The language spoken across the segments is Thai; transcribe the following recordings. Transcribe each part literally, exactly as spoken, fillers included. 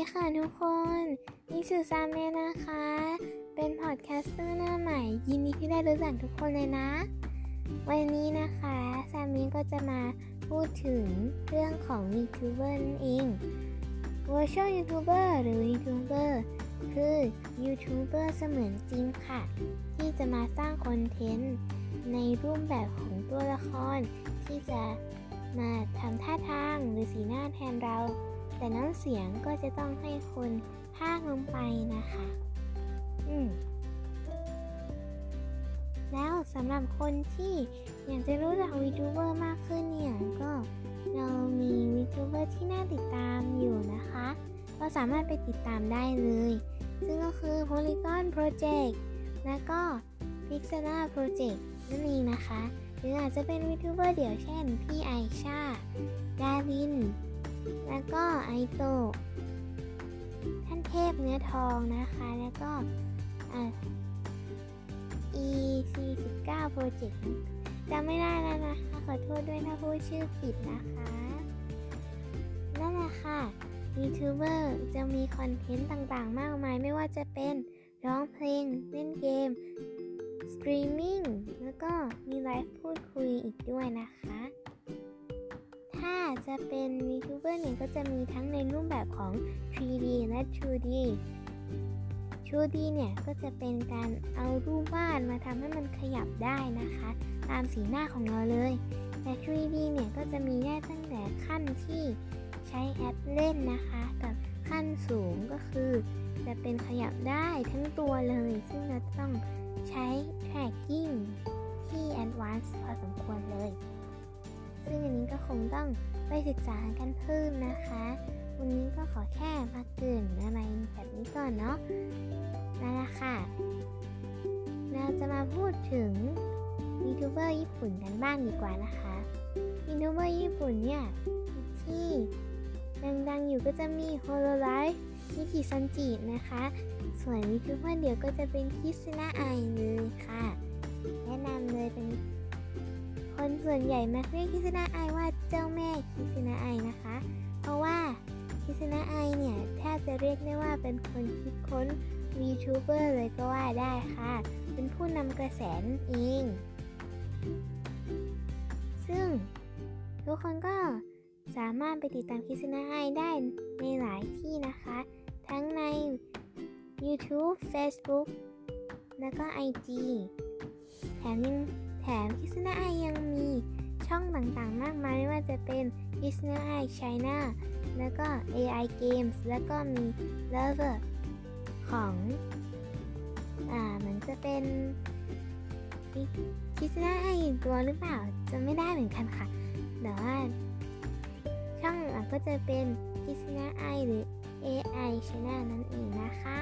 ค่ะทุกคนนี่ชื่อซามเน่นะคะเป็นพอดแคสเตอร์หน้าใหม่ยินดีที่ได้รู้จักทุกคนเลยนะวันนี้นะคะซามิก็จะมาพูดถึงเรื่องของ VTuber นั่นเอง Virtual YouTuber หรือ VTuber คือ YouTuber เสมือนจริงค่ะที่จะมาสร้างคอนเทนต์ในรูปแบบของตัวละครที่จะมาทำท่าทางหรือสีหน้าแทนเราแต่น้ำเสียงก็จะต้องให้คนพากย์ลงไปนะคะอืมแล้วสำหรับคนที่อยากจะรู้จัก VTuber มากขึ้นเนี่ยก็เรามี VTuber ที่น่าติดตามอยู่นะคะก็สามารถไปติดตามได้เลยซึ่งก็คือ Polygon Project และก็ Pixela Project นั่นเองนะคะหรืออาจจะเป็น VTuber เดี่ยวเช่นพี่ไอชาดาวินแล้วก็ไอโตะท่านเทพเนื้อทองนะคะแล้วก็อ่า อี ซี สิบเก้า Project จำไม่ได้แล้วนะคะขอโทษด้วยถ้าพูดชื่อผิดนะคะนั่นแหละค่ะ VTuber จะมีคอนเทนต์ต่างๆมากมายไม่ว่าจะเป็นร้องเพลงเล่นเกมสตรีมมิ่งแล้วก็มีไลฟ์พูดคุยอีกด้วยนะคะถ้าจะเป็น VTuber เนี่ยก็จะมีทั้งในรูปแบบของ ทรี ดี และ ทู ดี ทู ดี เนี่ยก็จะเป็นการเอารูปวาดมาทำให้มันขยับได้นะคะตามสีหน้าของเราเลยแต่ ทรี ดี เนี่ยก็จะมีได้ตั้งแต่ขั้นที่ใช้แอปเล่นนะคะกับขั้นสูงก็คือจะเป็นขยับได้ทั้งตัวเลยซึ่งเราต้องใช้ tracking ที่ advanced พอสมควรเลยซึ่งอันนี้ก็คงต้องไปศึกษากันเพิ่มนะคะวันนี้ก็ขอแค่มาเกริ่นอะไรแบบนี้ก่อนเนาะนั่นแหละค่ะเราจะมาพูดถึง VTuber ญี่ปุ่นกันบ้างดีกว่านะคะ VTuber ญี่ปุ่นเนี่ยที่ดังๆอยู่ก็จะมี Hololive มิคิซันจินะคะส่วน VTuber เดี่ยวก็จะเป็นคิซึนะไอเลยค่ะแนะนำเลยเป็นคนส่วนใหญ่มาเรียกคิซึนะไอว่าเจ้าแม่คิซึนะไอนะคะเพราะว่าคิซึนะไอเนี่ยแทบจะเรียกได้ว่าเป็นคนคิดค้น VTuber เลยก็ว่าได้ค่ะเป็นผู้นำกระแสนั่นเองซึ่งทุกคนก็สามารถไปติดตามคิซึนะไอได้ในหลายที่นะคะทั้งใน YouTube Facebook แล้วก็ ไอ จี แถมยังแถมคิซึนะไอยังมีช่องต่างๆมากมายไม่ว่าจะเป็น Kisuna Eye China แล้วก็ เอ ไอ Games แล้วก็มี Lover ของอ่าเหมือนจะเป็น Kisuna Eye อีกตัวหรือเปล่าจะไม่ได้เหมือนกันค่ะแต่ว่าช่องอ่ะก็จะเป็น Kisuna Eye หรือ เอ ไอ China นั่นเองนะคะ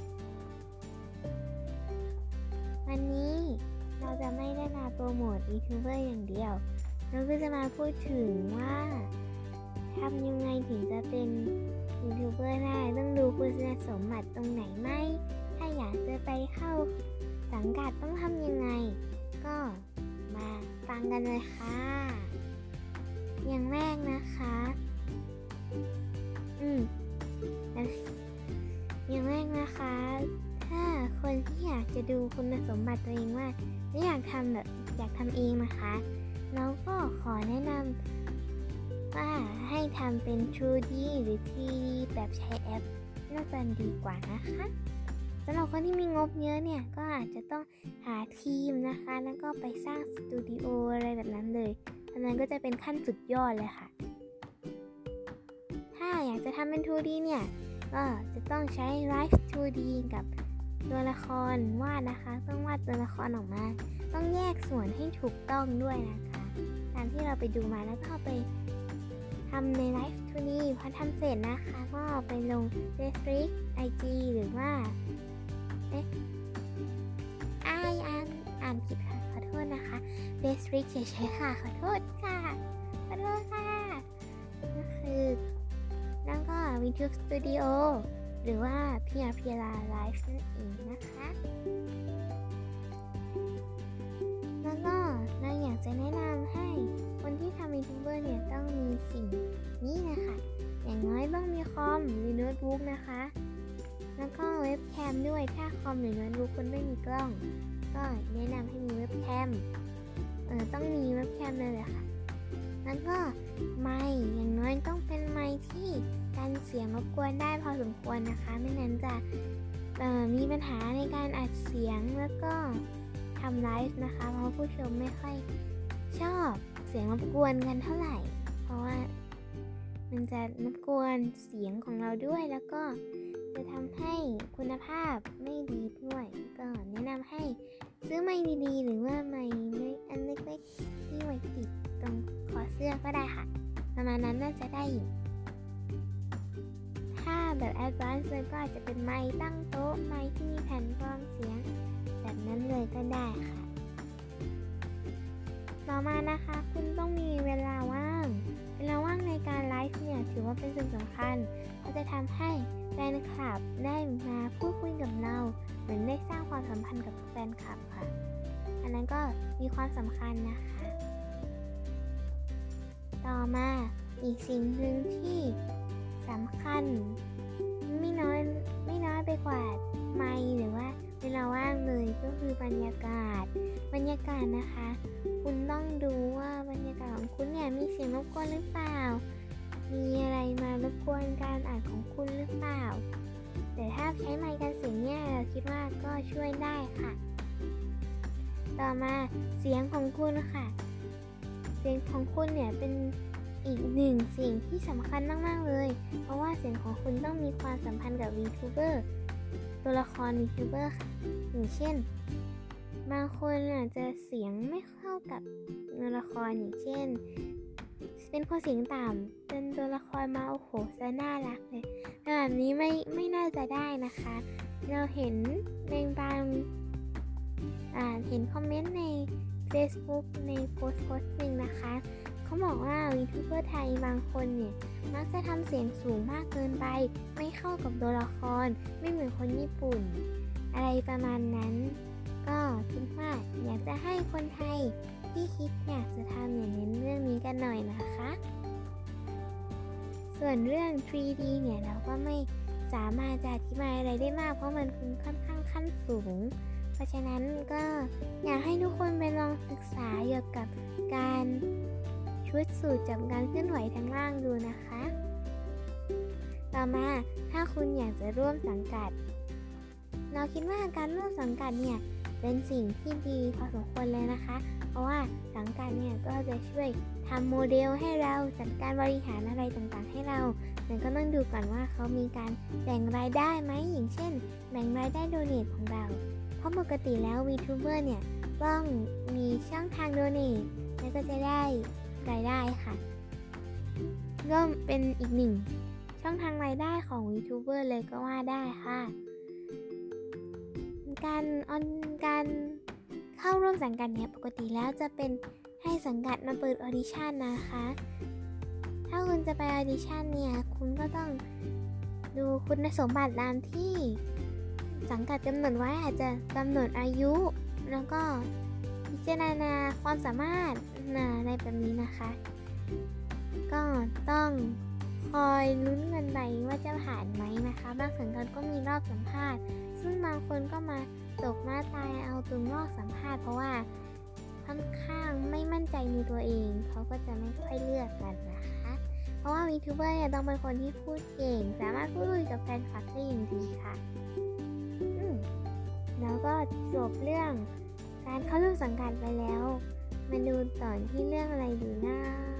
วันนี้เราจะไม่ได้มาโปรโมท VTuber อย่างเดียวเราก็จะมาพูดถึงว่าทำยังไงถึงจะเป็น VTuber ได้ต้องดูคุณสมบัติตรงไหนไหมถ้าอยากจะไปเข้าสังกัดต้องทำยังไงก็มาฟังกันเลยค่ะอย่างแรกนะคะอืมอย่างแรกนะคะถ้าคนที่อยากจะดูคุณสมบัติตัวเองว่าไม่อยากทำแบบอยากทำเองนะคะเราก็ขอแนะนำว่าให้ทำเป็น ทู ดี หรือ ทรี ดี แบบใช้แอปน่าจะดีกว่านะคะสำหรับคนที่มีงบเยอะเนี่ยก็อาจจะต้องหาทีมนะคะแล้วก็ไปสร้างสตูดิโออะไรแบบนั้นเลยอันนั้นก็จะเป็นขั้นสุดยอดเลยค่ะถ้าอยากจะทำเป็น ทู ดี เนี่ยก็จะต้องใช้ Live ทู ดี กับตัวละครวาดนะคะต้องวาดตัวละครออกมาต้องแยกส่วนให้ถูกต้องด้วยนะคะตามที่เราไปดูมาแล้วก็ไปทำใน Live ทู ดี พอทำเสร็จนะคะก็ไปลง Facebook ไอ จี หรือว่าเอ๊ะอ่านอ่านอ่านผิดค่ะขอโทษนะคะ Facebook เฉยๆค่ะขอโทษค่ะขอโทษค่ะก็คือแล้วก็ YouTube Studio หรือว่า พี อาร์ พี Live นั่นเองนะคะแล้วก็เราอยากจะแนะนำให้คนที่ทำ VTuber เนี่ยต้องมีสิ่งนี้นะคะอย่างน้อยต้องมีคอมหรือโน้ตตบุ๊กนะคะแล้วก็เว็บแคมด้วยถ้าคอมหรือโน้ตบุ๊กคุณไม่มีกล้องก็แนะนำให้มีเว็บแคมเออต้องมีเว็บแคมเลยแหละค่ะแล้วก็ไมค์อย่างน้อยต้องเป็นไมค์ที่กันเสียงรบกวนได้พอสมควรนะคะไม่งั้นจะเอ่อมีปัญหาในการอัดเสียงแล้วก็ทำไลฟ์นะคะเพราะผู้ชมไม่ค่อยชอบเสียงรบกวนกันเท่าไหร่เพราะว่ามันจะรบกวนเสียงของเราด้วยแล้วก็จะทำให้คุณภาพไม่ดีด้วยก็แนะนำให้ซื้อไมค์ดีๆหรือว่าไมค์อันเล็กๆที่ไว้ติดตรงคอเสื้อก็ได้ค่ะประมาณนั้นน่าจะได้อยู่ถ้าแบบแอดวานซ์เลยก็อาจจะเป็นไมค์ตั้งโต๊ะไมค์ที่มีแผ่นกรองเสียงแบบนั้นเลยก็ได้ค่ะต่อมานะคะคุณต้องมีเวลาว่างเวลาว่างในการไลฟ์เนี่ยถือว่าเป็นสิ่งสำคัญเพราะจะทำให้แฟนคลับได้มาพูดคุยกับเราเหมือนได้สร้างความสัมพันธ์กับแฟนคลับค่ะอันนั้นก็มีความสำคัญนะคะต่อมาอีกสิ่งหนึ่งที่สำคัญไม่น้อยไม่น้อยไปกว่าไมค์หรือว่าเวลาว่างเลยก็คือบรรยากาศบรรยากาศนะคะคุณต้องดูว่าบรรยากาศของคุณเนี่ยมีเสียงรบกวนหรือเปล่ามีอะไรมารบกวนการอ่านของคุณหรือเปล่าแต่ถ้าใช้ไมค์กันเสียงเนี่ยเราคิดว่าก็ช่วยได้ค่ะต่อมาเสียงของคุณค่ะเสียงของคุณเนี่ยเป็นอีกหนึ่งสิ่งที่สำคัญมากๆเลยเพราะว่าเสียงของคุณต้องมีความสัมพันธ์กับ VTuber ตัวละคร VTuber ค่ะอย่างเช่นบางคนอาจจะเสียงไม่เข้ากับตัวละครอย่างเช่นเป็นคนเสียงต่ำเป็นตัวละครมาโอ้โหจะน่ารักเลยแบบนี้ไม่ไม่น่าจะได้นะคะเราเห็นในบางอ่าเห็นคอมเมนต์ใน Facebook ในโพสต์โพสต์หนึ่งนะคะเขาบอกว่าวีทูเบอร์ไทยบางคนเนี่ยมักจะทำเสียงสูงมากเกินไปไม่เข้ากับตัวละครไม่เหมือนคนญี่ปุ่นอะไรประมาณนั้นก็คิดว่าอยากจะให้คนไทยที่คิดอยากจะทำอย่างเน้นเรื่องนี้กันหน่อยนะคะส่วนเรื่อง ทรี ดี เนี่ยเราก็ไม่สามารถจะอธิบายอะไรได้มากเพราะมันค่อนข้างขั้นสูงเพราะฉะนั้นก็อยากให้ทุกคนไปลองศึกษาเกี่ยวกับการชุดสูตรจับการเคลื่อนไหวทางล่างดูนะคะต่อมาถ้าคุณอยากจะร่วมสังกัดเราคิดว่าการร่วมสังกัดเนี่ยเป็นสิ่งที่ดีพอสมควรเลยนะคะเพราะว่าสังกัดเนี่ยก็จะช่วยทำโมเดลให้เราจัดการบริหารอะไรต่างๆให้เราแต่ก็ต้องดูก่อนว่าเขามีการแบ่งรายได้ไหมอย่างเช่นแบ่งรายได้โดเนทของเราเพราะปกติแล้ว VTuber เนี่ยต้องมีช่องทางโดเนทแล้วก็จะได้รายได้ค่ะก็เป็นอีกหนึ่งช่องทางรายได้ของ VTuber เลยก็ว่าได้ค่ะการออนการเข้าร่วมสังกัดเนี่ยปกติแล้วจะเป็นให้สังกัดมาเปิดออดิชั่นนะคะถ้าคุณจะไปออดิชั่นเนี่ยคุณก็ต้องดูคุณสมบัติตามที่สังกัดกำหนดไว้อาจจะกำหนดอายุแล้วก็พิจารณาความสามารถอะไรแบบนี้นะคะก็ต้องคอยลุ้นกันไปว่าจะผ่านไหมนะคะบางสังกัดก็มีรอบสัมภาษณ์ซึ่งบางคนก็มาตกหน้าตายเอาตรงรอบสัมภาษณ์เพราะว่าค่อนข้างไม่มั่นใจในตัวเองเขาก็จะไม่ค่อยเลือกกันนะคะเพราะว่าวีทูเบอร์เนี่ยต้องเป็นคนที่พูดเก่งสามารถพูดคุยกับแฟนคลับได้อย่างดีค่ะอืมแล้วก็จบเรื่องการเข้าร่วมสังกัดไปแล้วมาดูต่อที่เรื่องอะไรดีนะ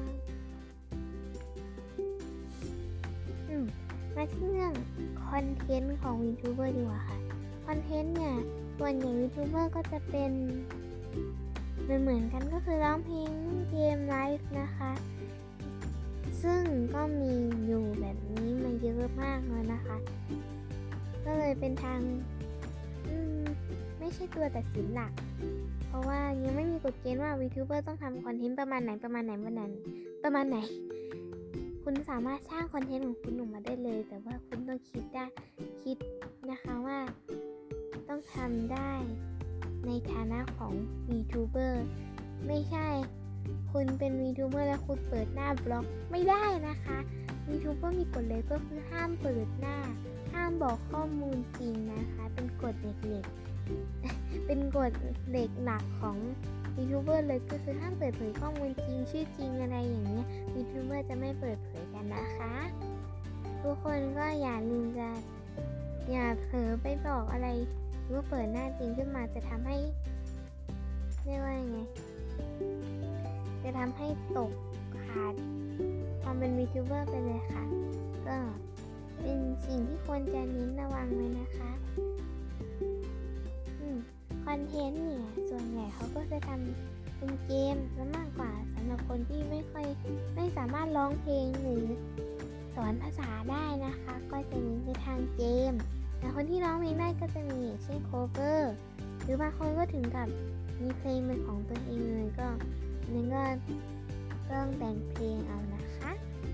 อืมมาที่เรื่องคอนเทนต์ของ VTuber ดีกว่าค่ะคอนเทนต์เนี่ยส่วนใหญ่ VTuber ก็จะเป็นเหมือนเหมือนกันก็คือร้องเพลงเกมไลฟ์นะคะซึ่งก็มีอยู่แบบนี้มาเยอะมากเลยนะคะก็เลยเป็นทางอืมไม่ใช่ตัวตัดสินหลักเพราะว่ายังไม่มีกฎเกณฑ์ว่า VTuber ต้องทำคอนเทนต์ประมาณไหนประมาณไหนประมาณไหนประมาณไหนคุณสามารถสร้างคอนเทนต์ของคุณออกมาได้เลยแต่ว่าคุณต้องคิดได้คิดนะคะว่าต้องทำได้ในฐานะของ VTuber ไม่ใช่คุณเป็น VTuber แล้วคุณเปิดหน้าบล็อกไม่ได้นะคะยูทูบเบอร์มีกฎเลยก็คือห้ามเปิดหน้าห้ามบอกข้อมูลจริงนะคะเป็นกฎเหล็กๆ เป็นกฎเหล็กหลักของยูทูบเบอร์เลยก็คือห้ามเปิดเผยข้อมูลจริงชื่อจริงอะไรอย่างเงี้ยยูทูบเบอร์จะไม่เปิดเผยกันนะคะทุกคนก็อย่าลืมจะอย่าเผลอไปบอกอะไรหรือว่าเปิดหน้าจริงขึ้นมาจะทำให้เรียกว่าไงจะทำให้ตกขาดความเป็นวีทูเบอร์ไปเลยค่ะก็เป็นสิ่งที่ควรจะเน้นระวังเลยนะคะคอนเทนต์เนี่ยส่วนใหญ่เขาก็จะทำเป็นเกมซะมากกว่าสำหรับคนที่ไม่ค่อยไม่สามารถร้องเพลงหรือสอนภาษาได้นะคะก็จะเน้นไปทางเกมแต่คนที่ร้องเพลงได้ก็จะมีเช่นโคเวอร์หรือบางคนก็ถึงกับมีเพลงเป็นของตัวเองเลยก็นั่นก็ต้องแต่งเพลงเอานะคะ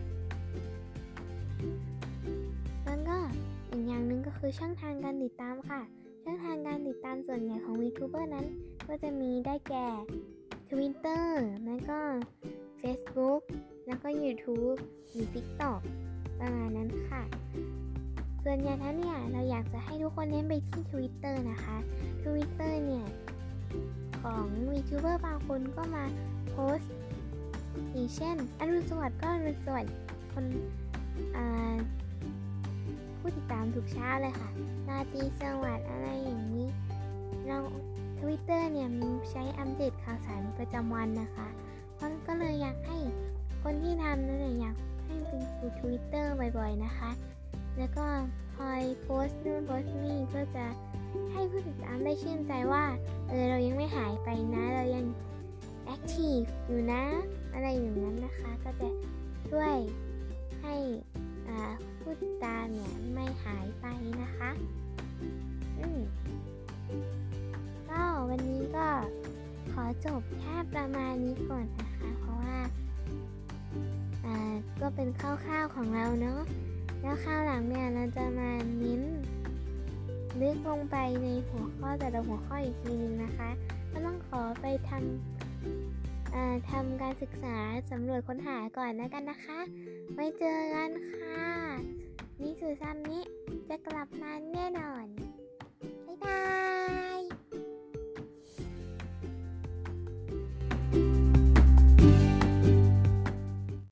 แล้วก็อีกอย่างหนึ่งก็คือช่องทางการติดตามค่ะช่องทางการติดตามส่วนใหญ่ของวีทูเบอร์นั้นก็จะมีได้แก่ Twitter แล้วก็ Facebook แล้วก็ YouTube หรือ TikTok ประมาณนั้นค่ะส่วนใหญ่แล้วเนี่ยเราอยากจะให้ทุกคนเน้นไปที่ Twitter นะคะ Twitter เนี่ยของวีทูเบอร์บางคนก็มาโพสต์อย่างเช่นอรุณสวัสดิ์ก็อรุณสวัสดิ์คนอ่าผู้ติดตามทุกเช้าเลยค่ะราตรีสวัสดิ์อะไรอย่างนี้เรา Twitter เนี่ยมันใช้อัปเดตข่าวสารประจำวันนะคะเพราะก็เลยอยากให้คนที่ทำนั่นแหละอยากให้เป็นดู Twitter บ่อยๆนะคะแล้วก็คอยโพสต์นู่นโพสต์นี่เพื่อจะให้ผู้ติดตามได้ชื่นใจว่าเออเรายังไม่หายไปนะเรายังแอคทีฟอยู่นะอะไรอย่างนั้นนะคะก็จะช่วยให้ผู้ติดตามเนี่ยไม่หายไปนะคะอืมก็วันนี้ก็ขอจบแค่ประมาณนี้ก่อนนะคะเพราะว่าอ่าก็เป็นคร่าวๆของเราเนาะแล้วคราวหลังเนี่ยเราจะมาเน้นลึกลงไปในหัวข้อแต่ละหัวข้ออีกทีนึงนะคะก็ต้องขอไปทำอ่าทำการศึกษาสำรวจค้นหาก่อนแล้วกันนะคะไว้เจอกันค่ะมิสุซัมมิจะกลับมาแน่นอน